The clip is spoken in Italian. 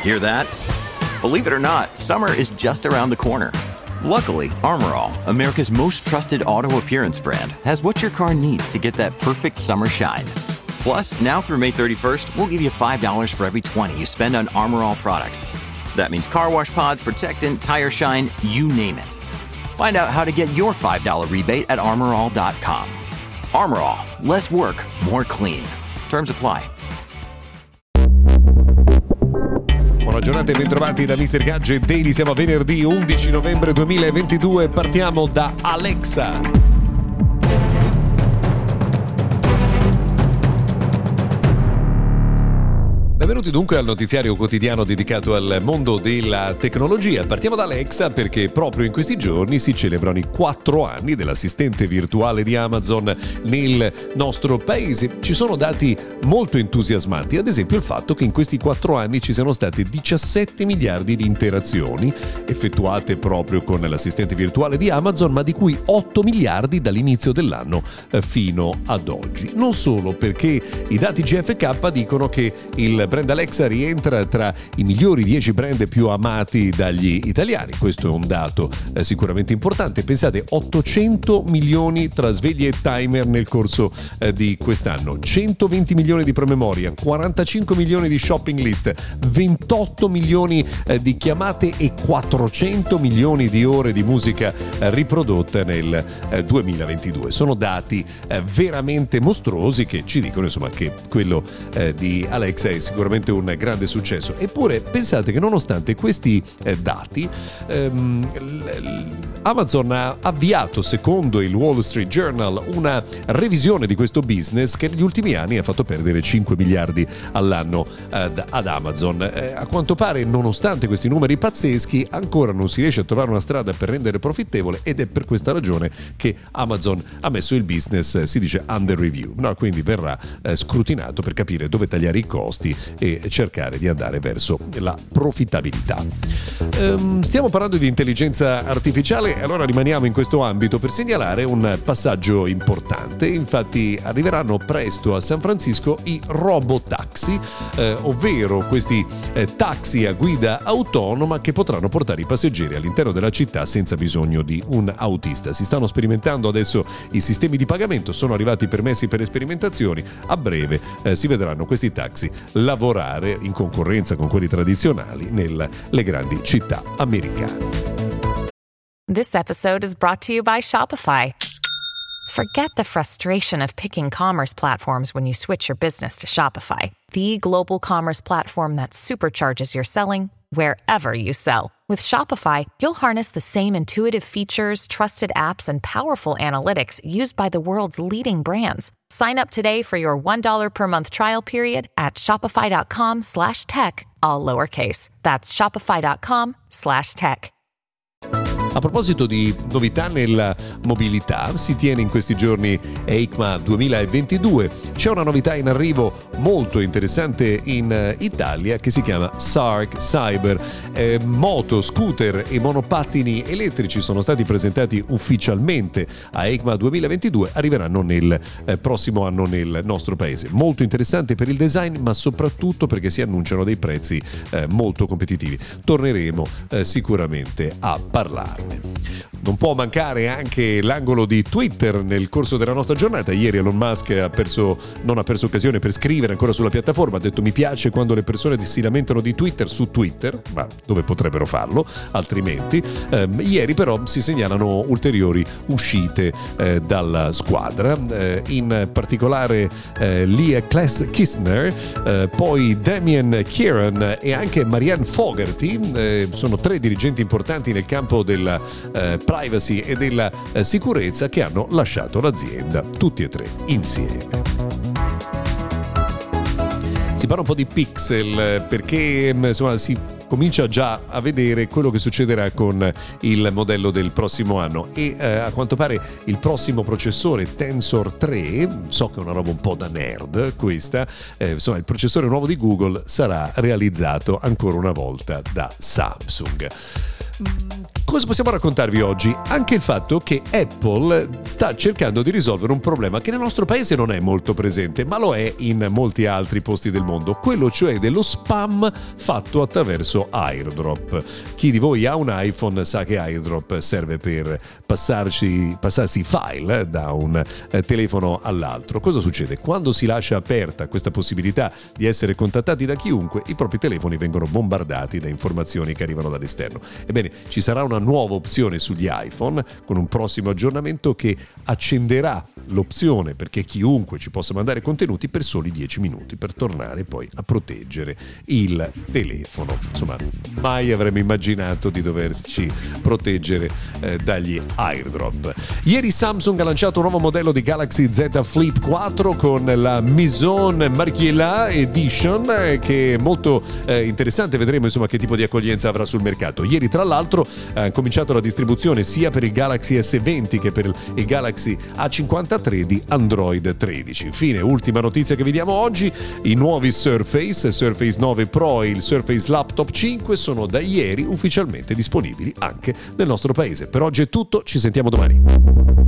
Hear that? Believe it or not, summer is just around the corner. Luckily, Armor All, America's most trusted auto appearance brand, has what your car needs to get that perfect summer shine. Plus, now through May 31st, we'll give you $5 for every $20 you spend on Armor All products. That means car wash pods, protectant, tire shine, you name it. Find out how to get your $5 rebate at armorall.com. Armor All, less work, more clean. Terms apply. Buona giornata e bentrovati da Mr. Gadget Daily. Siamo a venerdì 11 novembre 2022. Partiamo da Alexa. Benvenuti dunque al notiziario quotidiano dedicato al mondo della tecnologia. Partiamo da Alexa perché proprio in questi giorni si celebrano i 4 anni dell'assistente virtuale di Amazon nel nostro paese. Ci sono dati molto entusiasmanti, ad esempio il fatto che in questi 4 anni ci siano state 17 miliardi di interazioni effettuate proprio con l'assistente virtuale di Amazon, ma di cui 8 miliardi dall'inizio dell'anno fino ad oggi. Non solo, perché i dati GfK dicono che il brand Alexa rientra tra i migliori 10 brand più amati dagli italiani. Questo è un dato sicuramente importante. Pensate, 800 milioni tra sveglie e timer nel corso di quest'anno, 120 milioni di promemoria, 45 milioni di shopping list, 28 milioni di chiamate e 400 milioni di ore di musica riprodotta nel 2022. Sono dati veramente mostruosi che ci dicono insomma che quello di Alexa è sicuramente un grande successo. Eppure pensate che nonostante questi dati Amazon ha avviato, secondo il Wall Street Journal, una revisione di questo business che negli ultimi anni ha fatto perdere 5 miliardi all'anno ad Amazon. A quanto pare, nonostante questi numeri pazzeschi, ancora non si riesce a trovare una strada per rendere profittevole, ed è per questa ragione che Amazon ha messo il business, si dice, under review, no? Quindi verrà scrutinato per capire dove tagliare i costi e cercare di andare verso la profittabilità. Stiamo parlando di intelligenza artificiale, allora rimaniamo in questo ambito per segnalare un passaggio importante. Infatti arriveranno presto a San Francisco i robotaxi, ovvero questi taxi a guida autonoma che potranno portare i passeggeri all'interno della città senza bisogno di un autista. Si stanno sperimentando adesso i sistemi di pagamento, sono arrivati i permessi per sperimentazioni. A breve si vedranno questi taxi lavorare in concorrenza con quelli tradizionali nelle grandi città americane. This episode is brought to you by Shopify. Forget the frustration of picking commerce platforms when you switch your business to Shopify, the global commerce platform that supercharges your selling wherever you sell. With Shopify, you'll harness the same intuitive features, trusted apps, and powerful analytics used by the world's leading brands. Sign up today for your $1 per month trial period at shopify.com/tech, all lowercase. That's shopify.com/tech. A proposito di novità nella mobilità, si tiene in questi giorni EICMA 2022. C'è una novità in arrivo molto interessante in Italia che si chiama Sark Cyber. Moto, scooter e monopattini elettrici sono stati presentati ufficialmente a EICMA 2022, arriveranno nel prossimo anno nel nostro paese. Molto interessante per il design, ma soprattutto perché si annunciano dei prezzi molto competitivi. Torneremo sicuramente a parlarne. Non può mancare anche l'angolo di Twitter nel corso della nostra giornata. Ieri Elon Musk non ha perso occasione per scrivere ancora sulla piattaforma. Ha detto: mi piace quando le persone si lamentano di Twitter su Twitter, ma dove potrebbero farlo altrimenti. Ieri però si segnalano ulteriori uscite dalla squadra, in particolare Leah Kistner, poi Damien Kieran e anche Marianne Fogarty. Sono 3 dirigenti importanti nel campo della privacy e della sicurezza che hanno lasciato l'azienda, tutti e 3 insieme. Si parla un po' di pixel perché insomma si comincia già a vedere quello che succederà con il modello del prossimo anno e a quanto pare il prossimo processore Tensor 3, so che è una roba un po' da nerd questa, insomma il processore nuovo di Google sarà realizzato ancora una volta da Samsung. Cosa possiamo raccontarvi oggi? Anche il fatto che Apple sta cercando di risolvere un problema che nel nostro paese non è molto presente, ma lo è in molti altri posti del mondo, quello cioè dello spam fatto attraverso AirDrop. Chi di voi ha un iPhone sa che AirDrop serve per passarsi file da un telefono all'altro. Cosa succede? Quando si lascia aperta questa possibilità di essere contattati da chiunque, i propri telefoni vengono bombardati da informazioni che arrivano dall'esterno. Ebbene, ci sarà una nuova opzione sugli iPhone con un prossimo aggiornamento che accenderà l'opzione perché chiunque ci possa mandare contenuti per soli 10 minuti per tornare poi a proteggere il telefono. Insomma, mai avremmo immaginato di doverci proteggere dagli AirDrop. Ieri Samsung ha lanciato un nuovo modello di Galaxy Z Flip 4 con la Maison Margiela Edition che è molto interessante. Vedremo insomma che tipo di accoglienza avrà sul mercato. Ieri tra l'altro ha cominciato la distribuzione sia per il Galaxy S20 che per il Galaxy A53 di Android 13. Infine, ultima notizia che vediamo oggi, i nuovi Surface 9 Pro e il Surface Laptop 5 sono da ieri ufficialmente disponibili anche nel nostro paese. Per oggi è tutto, ci sentiamo domani.